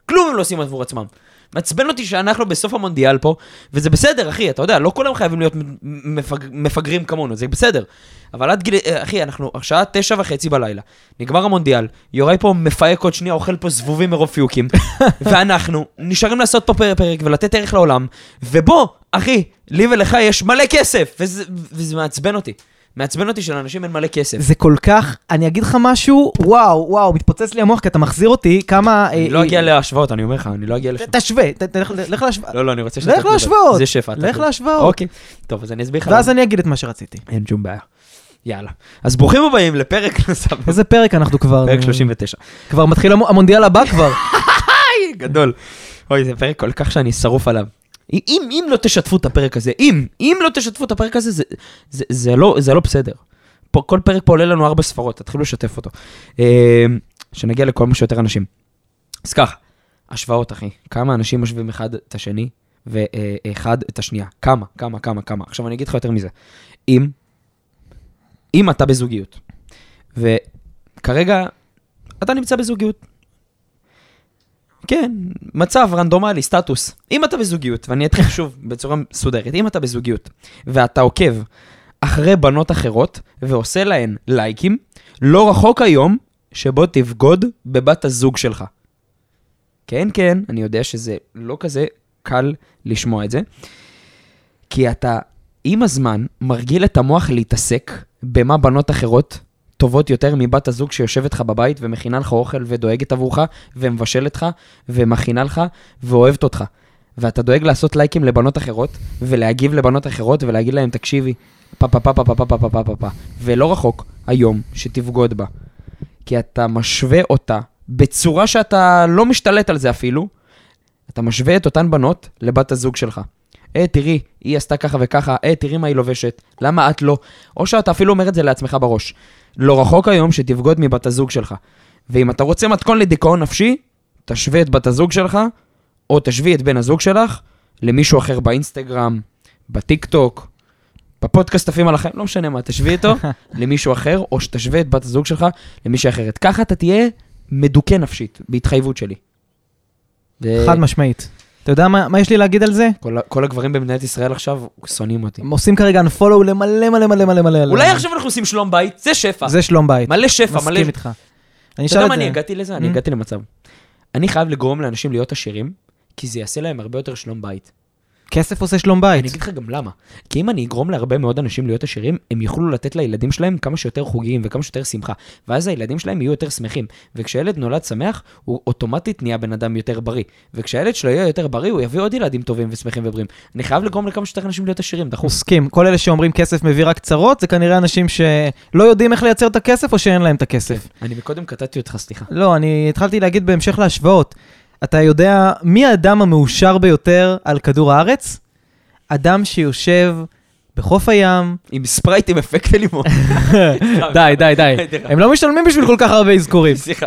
כלום הם לא עושים עבור עצמם. מעצבן אותי שאנחנו בסוף המונדיאל פה, וזה בסדר, אחי, אתה יודע, לא כולם חייבים להיות מפגרים כמונו, זה בסדר. אבל עד גיל, אחי, אנחנו, השעה 9:30 בלילה, נגמר המונדיאל, יוראי פה מפהק עוד שנייה, אוכל פה זבובים מרוב פיוקים, ואנחנו נשארים לעשות פה פרק ולתת ערך לעולם, ובוא, אחי, לי ולך יש מלא כסף, וזה מעצבן אותי. מעצבן אותי שלאנשים אין מלא כסף. זה כל כך, אני אגיד לך משהו, וואו, מתפוצץ לי המוח, כי אתה מחזיר אותי כמה... אני לא אגיע להשוואות, אני אומר לך, אני לא אגיע להשוואות. תשווה, לך להשוואות. לא, אני רוצה לך להשוואות. זה שפע. לך להשוואות. אוקיי, טוב, אז אני אסביר לך. ואז אני אגיד את מה שרציתי. אין שום בעיה. יאללה. אז ברוכים הבאים לפרק נוסף. איזה פרק אנחנו כבר... פרק 39. כבר מתחיל המונדיאל הבא כבר. גדול. אוי, זה פרק כל כך שאני שרוף עליו. אם לא תשתפו את הפרק הזה, אם לא תשתפו את הפרק הזה, זה לא בסדר. כל פרק פה עולה לנו 4 ספרות, תתחילו לשתף אותו. שנגיע לכל מה שיותר אנשים. אז כך, השוואות, אחי. כמה אנשים משווים אחד את השני, ואחד את השנייה. כמה. עכשיו אני אגיד לך יותר מזה. אם אתה בזוגיות, וכרגע אתה נמצא בזוגיות, כן, מצב רנדומלי, סטטוס. אם אתה בזוגיות, ואני אתחיל שוב בצורה מסודרת, אם אתה בזוגיות, ואתה עוקב אחרי בנות אחרות, ועושה להן לייקים, לא רחוק היום שבו תבגוד בבת הזוג שלך. כן, אני יודע שזה לא כזה קל לשמוע את זה, כי אתה עם הזמן מרגיל את המוח להתעסק במה בנות אחרות טובות יותר מבת הזוג שיושבת לך בבית ומכינה לך אוכל ודואגת עבורך ומבשלת לך ומכינה לך ואוהבת אותך. ואתה דואג לעשות לייקים לבנות אחרות ולהגיב לבנות אחרות ולהגיד להם תקשיבי פאפה ולא רחוק היום שתבגוד בה. כי אתה משווה אותה בצורה שאתה לא משתלט על זה אפילו. אתה משווה את אותן בנות לבת הזוג שלך. תראי, היא עשתה ככה וככה, תראי מה היא לובשת, למה את לא? או שאתה אפילו אומר את זה לעצמך בראש. לא רחוק היום שתבגוד מבת הזוג שלך. ואם אתה רוצה מתכון לדיכאון נפשי, תשווה את בת הזוג שלך, או תשווי את בן הזוג שלך, למישהו אחר באינסטגרם, בטיקטוק, בפודקאסטים על החיים, לא משנה מה, תשווי אותו למישהו אחר, או שתשווה את בת הזוג שלך למישהו אחרת. ככה אתה תהיה מדוכא נפשית, בהתחייבות שלי. חד משמעית. אתה יודע מה יש לי להגיד על זה? כל הגברים במדינת ישראל עכשיו שונאים אותי. הם עושים כרגע unfollow למלא. אולי עכשיו אנחנו עושים שלום בית, זה שפע. זה שלום בית. מלא שפע, מלא. מסכים איתך. אתה יודע מה אני הגעתי לזה? אני הגעתי למצב. אני חייב לגרום לאנשים להיות עשירים, כי זה יעשה להם הרבה יותר שלום בית. כסף עושה שלום בית. אני אגיד לך גם למה. כי אם אני אגרום להרבה מאוד אנשים להיות עשירים, הם יוכלו לתת לילדים שלהם כמה שיותר חוגיים וכמה שיותר שמחה. ואז הילדים שלהם יהיו יותר שמחים. וכשהילד נולד שמח, הוא אוטומטית נהיה בן אדם יותר בריא. וכשהילד שלו יהיה יותר בריא, הוא יביא עוד ילדים טובים ושמחים ובריאים. אני חייב לגרום לכמה שיותר אנשים להיות עשירים, דחוף. מסכים. כל אלה שאומרים כסף מביא רק צרות, זה כנראה אנשים שלא יודעים איך לייצר את הכסף או שאין להם את הכסף. אני מקודם קטעתי אותך, סליחה. לא, אני התחלתי להגיד בהמשך להשוואות. אתה יודע מי האדם המאושר ביותר על כדור הארץ? אדם שיושב בחוף הים. עם ספרייט עם אפקט לימון. די. הם לא משלמים בשביל כל כך הרבה אזכורים. סליחה.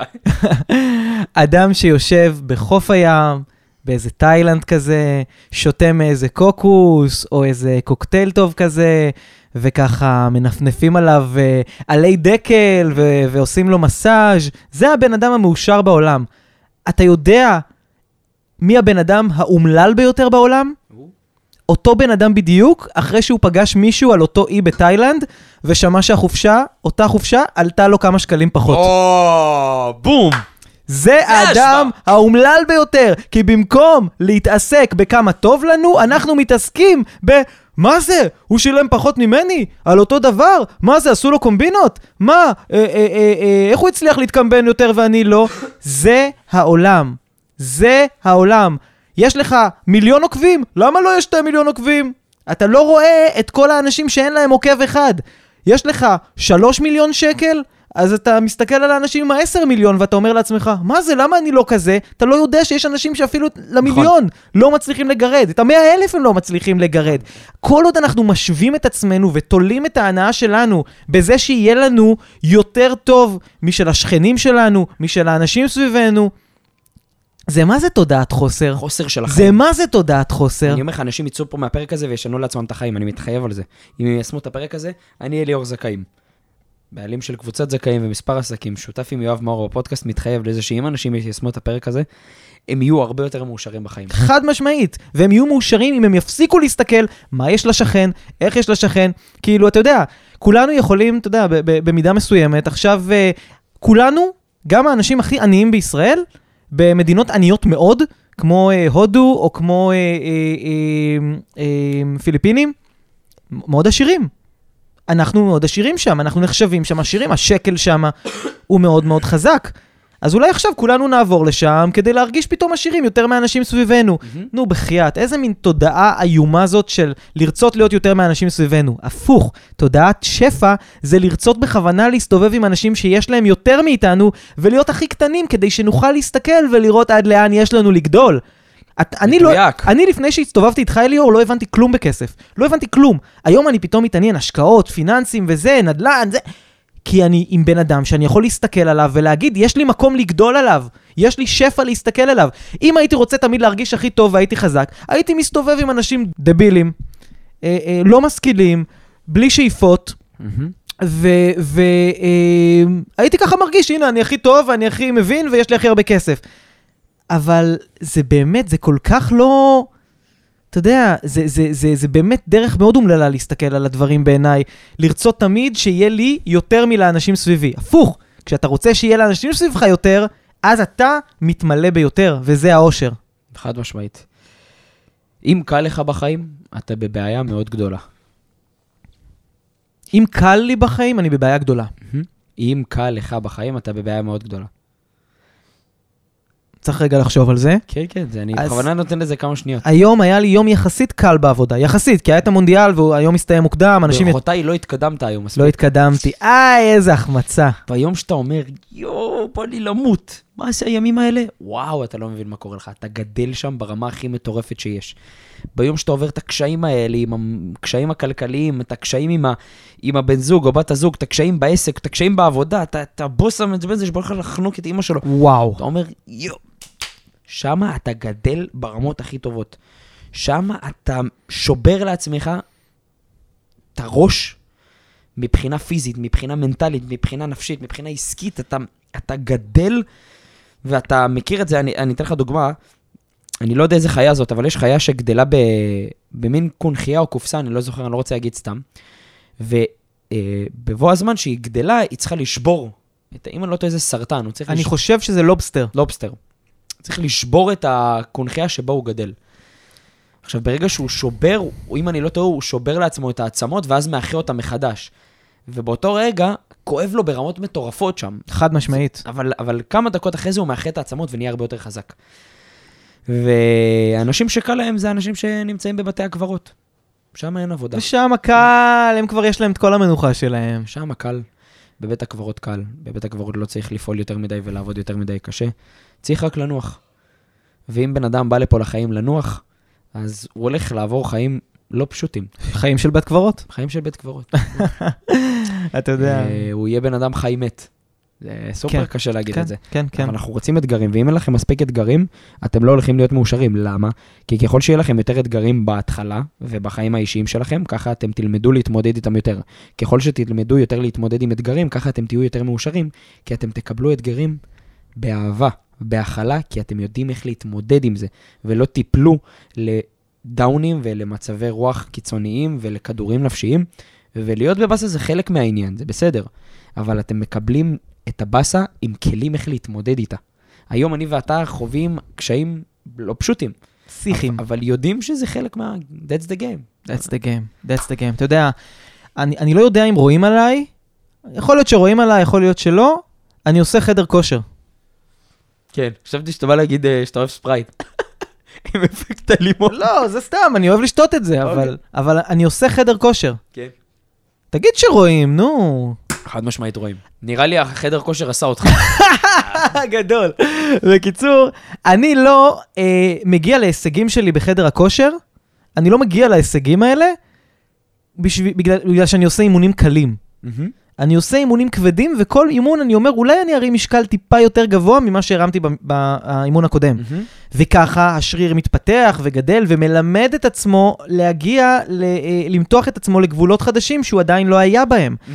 אדם שיושב בחוף הים, באיזה תאילנד כזה, שותה מאיזה קוקוס, או איזה קוקטייל טוב כזה, וככה מנפנפים עליו עלי דקל, ועושים לו מסאז'. זה הבן אדם המאושר בעולם. אתה יודע מי הבן אדם האומלל ביותר בעולם? אותו בן אדם בדיוק, אחרי שהוא פגש מישהו על אותו אי בתאילנד, ושמע שהחופשה, אותה חופשה, עלתה לו כמה שקלים פחות. בום! זה האדם האומלל ביותר, כי במקום להתעסק בכמה טוב לנו, אנחנו מתעסקים מה זה? הוא שילם פחות ממני? על אותו דבר? מה זה? עשו לו קומבינות? מה? איך הוא הצליח להתקמבן יותר ואני לא? זה העולם. זה העולם. יש לך 1,000,000 עוקבים? למה לא יש 2,000,000 עוקבים? אתה לא רואה את כל האנשים שאין להם עוקב אחד. יש לך 3,000,000 שקל? אז אתה מסתכל על האנשים עם 10 מיליון ואתה אומר לעצמך, מה זה? למה אני לא כזה? אתה לא יודע שיש אנשים שאפילו למיליון לא מצליחים לגרד. את 100,000 הם לא מצליחים לגרד. כל עוד אנחנו משווים את עצמנו ותולים את ההנאה שלנו בזה שיהיה לנו יותר טוב משל השכנים שלנו, משל האנשים סביבנו, זה מה זה תודעת חוסר? חוסר של החיים. זה מה זה תודעת חוסר? אני אומר לך, אנשים יצאו פה מהפרק הזה וישנו לעצמם את החיים, אני מתחייב על זה. אם הם ישמו את הפרק הזה, אני אהיה ליאור זכאים. בעלים של קבוצת זכאים ומספר עסקים, שותף עם יואב מאור בפודקאסט, מתחייב לזה שאם אנשים יישמו את הפרק הזה, הם יהיו הרבה יותר מאושרים בחיים. חד משמעית, והם יהיו מאושרים אם הם יפסיקו להסתכל מה יש לשכן, איך יש לשכן, כאילו, אתה יודע, כולנו יכולים, אתה יודע, במידה מסוימת, עכשיו, כולנו, גם האנשים הכי עניים בישראל, במדינות עניות מאוד, כמו הודו או כמו פיליפינים, מאוד עשירים. אנחנו מאוד עשירים שם, אנחנו נחשבים שם עשירים, השקל שם הוא מאוד מאוד חזק. אז אולי עכשיו כולנו נעבור לשם כדי להרגיש פתאום עשירים יותר מהאנשים סביבנו. נו, בחייאת, איזה מין תודעה איומה זאת של לרצות להיות יותר מהאנשים סביבנו. הפוך, תודעת שפע זה לרצות בכוונה להסתובב עם אנשים שיש להם יותר מאיתנו ולהיות הכי קטנים כדי שנוכל להסתכל ולראות עד לאן יש לנו לגדול. אני לפני שהסתובבתי איתך אליאור לא הבנתי כלום בכסף. לא הבנתי כלום. היום אני פתאום מתעניין השקעות, פיננסים וזה, נדל"ן, זה... כי אני עם בן אדם שאני יכול להסתכל עליו ולהגיד, יש לי מקום לגדול עליו, יש לי שפע להסתכל עליו. אם הייתי רוצה תמיד להרגיש הכי טוב והייתי חזק, הייתי מסתובב עם אנשים דבילים, לא משכילים, בלי שאיפות, והייתי ככה מרגיש, הנה, אני הכי טוב, אני הכי מבין ויש לי הכי הרבה כסף. אבל זה באמת, זה כל כך לא... אתה יודע, זה באמת דרך מאוד אומללה להסתכל על הדברים בעיניי, לרצות תמיד שיהיה לי יותר מלאנשים סביבי. הפוך, כשאתה רוצה שיהיה לאנשים סביבך יותר, אז אתה מתמלא ביותר, וזה האושר. חד משמעית. אם קל לך בחיים, אתה בבעיה מאוד גדולה. אם קל לי בחיים, אני בבעיה גדולה. אם קל לך בחיים, אתה בבעיה מאוד גדולה. צריך רגע לחשוב על זה. כן, כן, אני בכוונה נותן לזה כמה שניות. היום היה לי יום יחסית קל בעבודה, יחסית, כי היה את המונדיאל והיום מסתיים מוקדם, אנשים... ברכותיי, לא התקדמת היום. לא התקדמתי, איזה החמצה. ביום שאתה אומר, בוא לי למות, מה זה הימים האלה? וואו, אתה לא מבין מה קורה לך, אתה גדל שם ברמה הכי מטורפת שיש. ביום שאתה עובר את הקשיים האלה, עם הקשיים הכלכליים, את הקשיים עם הבן זוג או בת הזוג, את הקשיים בעסק, את הקשיים בעבודה, אתה בוס המצבן זה שבא לך לחנוק את אמא שלו. וואו. אתה אומר, שמה אתה גדל ברמות הכי טובות. שמה אתה שובר לעצמך את הראש מבחינה פיזית, מבחינה מנטלית, מבחינה נפשית, מבחינה עסקית. אתה גדל ואתה מכיר את זה. אני אתן לך דוגמה. אני לא יודע איזה חיה זאת, אבל יש חיה שגדלה במין קונחייה או קופסה, אני לא זוכר, אני לא רוצה להגיד סתם. ובבוא הזמן שהיא גדלה, היא צריכה לשבור. אם אני לא טועה איזה סרטן, הוא צריך אני חושב שזה לובסטר. לובסטר. צריך לשבור את הקונחייה שבה הוא גדל. עכשיו, ברגע שהוא שובר, או אם אני לא טועה, הוא שובר לעצמו את העצמות, ואז מאחר אותה מחדש. ובאותו רגע, כואב לו ברמות מטורפות שם. חד משמעית. אבל כמה דקות אחרי זה הוא מאחר את העצמות ונהיה הרבה יותר חזק. ואנשים שקל להם זה אנשים שנמצאים בבתי הקברות. שם אין עבודה. ושם קל, הם כבר יש להם את כל המנוחה שלהם. שם קל. בבית הקברות קל. בבית הקברות לא צריך לפעול יותר מדי ולעבוד יותר מדי קשה. צריך רק לנוח. ואם בן אדם בא לפה לחיים לנוח, אז הוא הולך לעבור חיים לא פשוטים. חיים של בית קברות. חיים של בית קברות. אתה יודע. הוא יהיה בן אדם חי מת. זה סופר קשה להגיד את זה. כן, כן. אבל אנחנו רוצים אתגרים, ואם אין לכם מספיק אתגרים, אתם לא הולכים להיות מאושרים. למה? כי ככל שיהיה לכם יותר אתגרים בהתחלה, ובחיים האישיים שלכם, ככה אתם תלמדו להתמודד איתם יותר. ככל שתלמדו יותר להתמודד עם אתגרים, ככה אתם תהיו יותר מאושרים, כי אתם תקבלו אתגרים באהבה, בהכלה, כי אתם יודעים איך להתמודד עם זה, ולא תיפלו לדאונים ולמצבי רוח קיצוניים ולכדורים נפשיים, ולהיות בבאסה זה חלק מהעניין, זה בסדר. אבל אתם מקבלים את הבאסה עם כלים איך להתמודד איתה. היום אני ואתה חווים קשיים לא פשוטים. פסיכיים. אבל יודעים שזה חלק מה... That's the game. That's the game. That's the game. אתה יודע, אני לא יודע אם רואים עליי, יכול להיות שרואים עליי, יכול להיות שלא, אני עושה חדר כושר. כן, חשבתי שאתה בא להגיד שאתה אוהב ספרייט. עם אפקט הלימון. לא, זה סתם, אני אוהב לשתות את זה, אבל אני עושה חדר כושר. כן. תגיד שרואים, נו. חד משמעית רואים. נראה לי החדר כושר עשה אותך. גדול. בקיצור, אני לא מגיע להישגים שלי בחדר הכושר, אני לא מגיע להישגים האלה, בגלל שאני עושה אימונים קלים. אני עושה אימונים כבדים, וכל אימון אני אומר, אולי אני ארים משקל טיפה יותר גבוה ממה שהרמתי באימון הקודם. וככה השריר מתפתח וגדל, ומלמד את עצמו להגיע, למתוח את עצמו לגבולות חדשים שהוא עדיין לא היה בהם.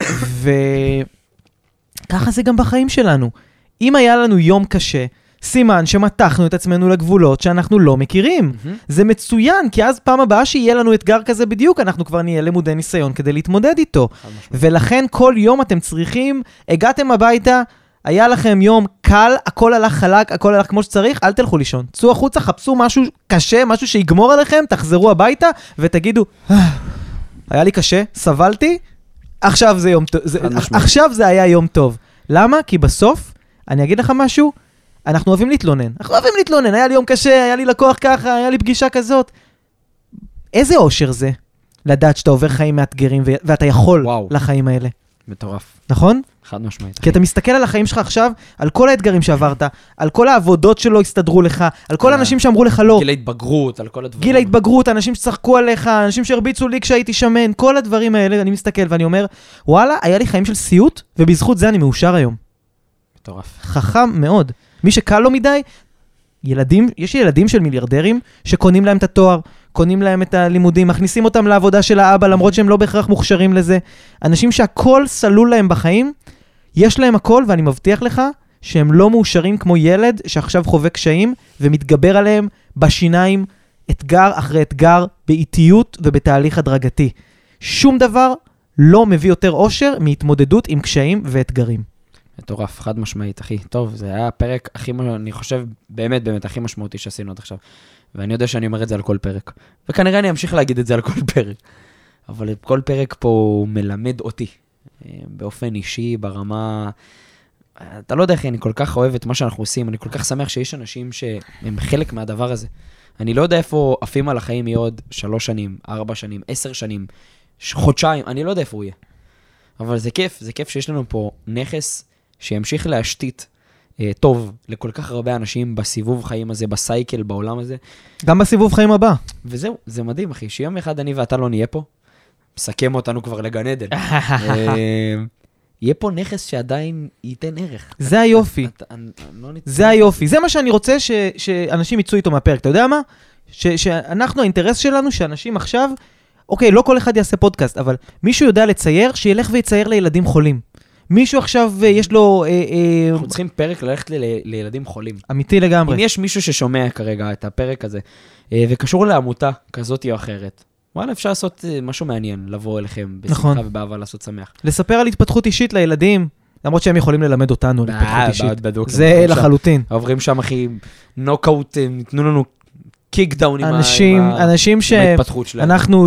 וככה זה גם בחיים שלנו. אם היה לנו יום קשה, סימן שמתחנו את עצמנו לגבולות שאנחנו לא מכירים. זה מצוין, כי אז פעם הבאה שיהיה לנו אתגר כזה בדיוק, אנחנו כבר נהיה למודי ניסיון כדי להתמודד איתו. ולכן כל יום אתם צריכים, הגעתם הביתה, היה לכם יום קל, הכל הלך חלק, הכל הלך כמו שצריך, אל תלכו לישון. צאו החוצה, חפשו משהו קשה, משהו שיגמור עליכם, תחזרו הביתה ותגידו, היה לי קשה, סבלתי, עכשיו זה יום טוב. עכשיו זה היה יום טוב. למה? כי בסוף, אני אגיד לך משהו, אנחנו אוהבים להתלונן. היה לי יום קשה, היה לי לקוח ככה, היה לי פגישה כזאת. איזה אושר זה? לדעת שאתה עובר חיים מאתגרים, ואתה יכול לחיים האלה. מטורף. נכון? חד משמעית. כי אתה מסתכל על החיים שלך עכשיו, על כל האתגרים שעברת, על כל העבודות שלא הסתדרו לך, על כל האנשים שאמרו לך לא. גיל ההתבגרות, על כל הדברים. גיל ההתבגרות, אנשים שצחקו עליך, אנשים שהרביצו לי כשהייתי שמן, כל הדברים האלה, אני מסתכל ואני אומר, וואלה, היה לי חיים של סיוט, ובזכות זה אני מאושר היום. מטורף. חכם מאוד. מי שקל לו מדי, יש ילדים של מיליארדרים שקונים להם את התואר, קונים להם את הלימודים, מכניסים אותם לעבודה של האבא, למרות שהם לא בהכרח מוכשרים לזה. אנשים שהכל סלול להם בחיים, יש להם הכל, ואני מבטיח לך שהם לא מאושרים כמו ילד שעכשיו חווה קשיים, ומתגבר עליהם בשיניים, אתגר אחרי אתגר, באיטיות ובתהליך הדרגתי. שום דבר לא מביא יותר אושר מהתמודדות עם קשיים ואתגרים. מטורף, חד משמעית, אחי. טוב, זה היה הפרק הכי, אני חושב, באמת, הכי משמעותי שעשינו עד עכשיו. ואני יודע שאני אומר את זה על כל פרק. וכנראה אני אמשיך להגיד את זה על כל פרק. אבל כל פרק פה מלמד אותי. באופן אישי, ברמה... אתה לא יודע איך, אני כל כך אוהב את מה שאנחנו עושים. אני כל כך שמח שיש אנשים שהם חלק מהדבר הזה. אני לא יודע איפה עפים על החיים יהיה עוד 3 שנים, 4 שנים, 10 שנים, חודשיים, אני לא יודע איפה הוא יהיה. אבל זה כיף שיש לנו פה נכס שימשיך להשתית טוב לכל כך הרבה אנשים בסיבוב חיים הזה, בסייקל, בעולם הזה. גם בסיבוב חיים הבא. וזהו, זה מדהים, אחי, שיום אחד אני ואתה לא נהיה פה, מסכם אותנו כבר לגן עדן. יהיה פה נכס שעדיין ייתן ערך. זה היופי. זה היופי. זה מה שאני רוצה שאנשים יצאו איתו מהפרק. אתה יודע מה? שאנחנו, האינטרס שלנו, שאנשים עכשיו, אוקיי, לא כל אחד יעשה פודקאסט, אבל מישהו יודע לצייר, שילך ויצייר לילדים חולים. מישהו עכשיו יש לו... אנחנו צריכים פרק ללכת לילדים חולים. אמיתי לגמרי. אם יש מישהו ששומע כרגע את הפרק הזה, וקשור לעמותה כזאת או אחרת, וואלה, אפשר לעשות משהו מעניין, לבוא אליכם בשמחה ובאהבה לעשות שמח. לספר על התפתחות אישית לילדים, למרות שהם יכולים ללמד אותנו על התפתחות אישית. בדיוק. זה לחלוטין. עוברים שם, אחי, נוקאוט, תנו לנו קיק דאון עם אנשים שאנחנו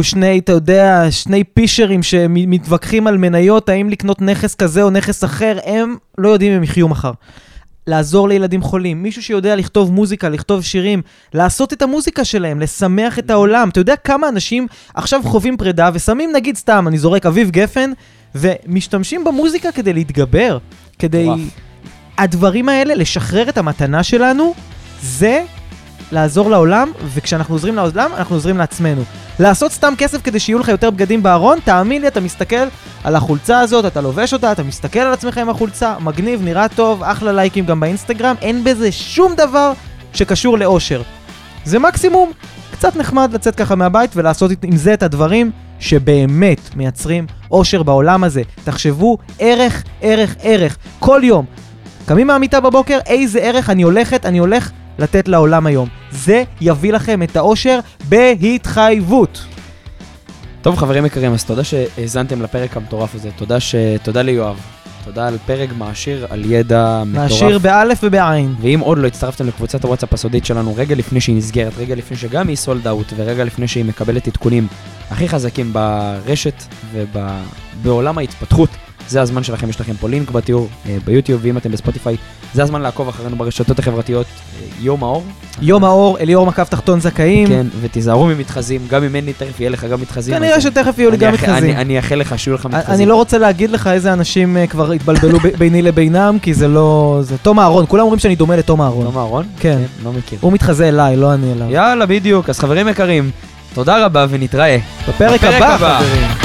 שני פישרים שמתווכחים על מניות, האם לקנות נכס כזה או נכס אחר, הם לא יודעים אם יחיו מחר. לעזור לילדים חולים, מישהו שיודע לכתוב מוזיקה, לכתוב שירים, לעשות את המוזיקה שלהם, לשמח את העולם. אתה יודע כמה אנשים עכשיו חווים פרידה ושמים נגיד סתם, אני זורק אביב גפן, ומשתמשים במוזיקה כדי להתגבר, כדי... הדברים האלה, לשחרר את המתנה שלנו, זה... לעזור לעולם, וכשאנחנו עוזרים לעולם, אנחנו עוזרים לעצמנו. לעשות סתם כסף כדי שיהיו לך יותר בגדים בארון, תאמין לי, אתה מסתכל על החולצה הזאת, אתה לובש אותה, אתה מסתכל על עצמך עם החולצה, מגניב, נראה טוב, אחלה לייקים גם באינסטגרם, אין בזה שום דבר שקשור לאושר. זה מקסימום, קצת נחמד לצאת ככה מהבית ולעשות עם זה את הדברים שבאמת מייצרים אושר בעולם הזה. תחשבו, ערך, ערך, ערך. כל יום, קמים מהמיטה בבוקר, איזה ערך אני הולך לתת לעולם היום. זה יביא לכם את האושר בהתחייבות. טוב, חברים יקרים, אז תודה שהזנתם לפרק המטורף הזה. תודה ליואב. תודה על פרק מעשיר, על ידע מטורף. מעשיר באלף ובעין. ואם עוד לא הצטרפתם לקבוצת הוואטסאפ הסודית שלנו, רגע לפני שהיא נסגרת, רגע לפני שגם היא סולד אאוט, ורגע לפני שהיא מקבלת עדכונים הכי חזקים ברשת ובעולם ההתפתחות, זה הזמן שלכם, יש לכם פה לינק בתיאור ביוטיוב, ואם אתם בספוטיפיי, זה הזמן לעקוב אחרינו ברשתות החברתיות. יום האור. יום האור, אליאור מקף תחתון זכאים. כן, ותיזהרו ממתחזים, גם אם אין לי תכף יהיה לך גם מתחזים. כנראה שתכף יהיו לי גם מתחזים. אני אאחל לך שיהיו לך מתחזים. אני לא רוצה להגיד לך איזה אנשים כבר התבלבלו ביני לבינם, כי זה לא... זה תום אהרון, כולם אומרים שאני דומה לתום אהרון. תום אהרון? כן. לא מכיר. הוא מתחזה אליי, לא אני אליו. יאללה, בדיוק. אז חברים יקרים, תודה רבה ונתראה בפרק הבא, חברים.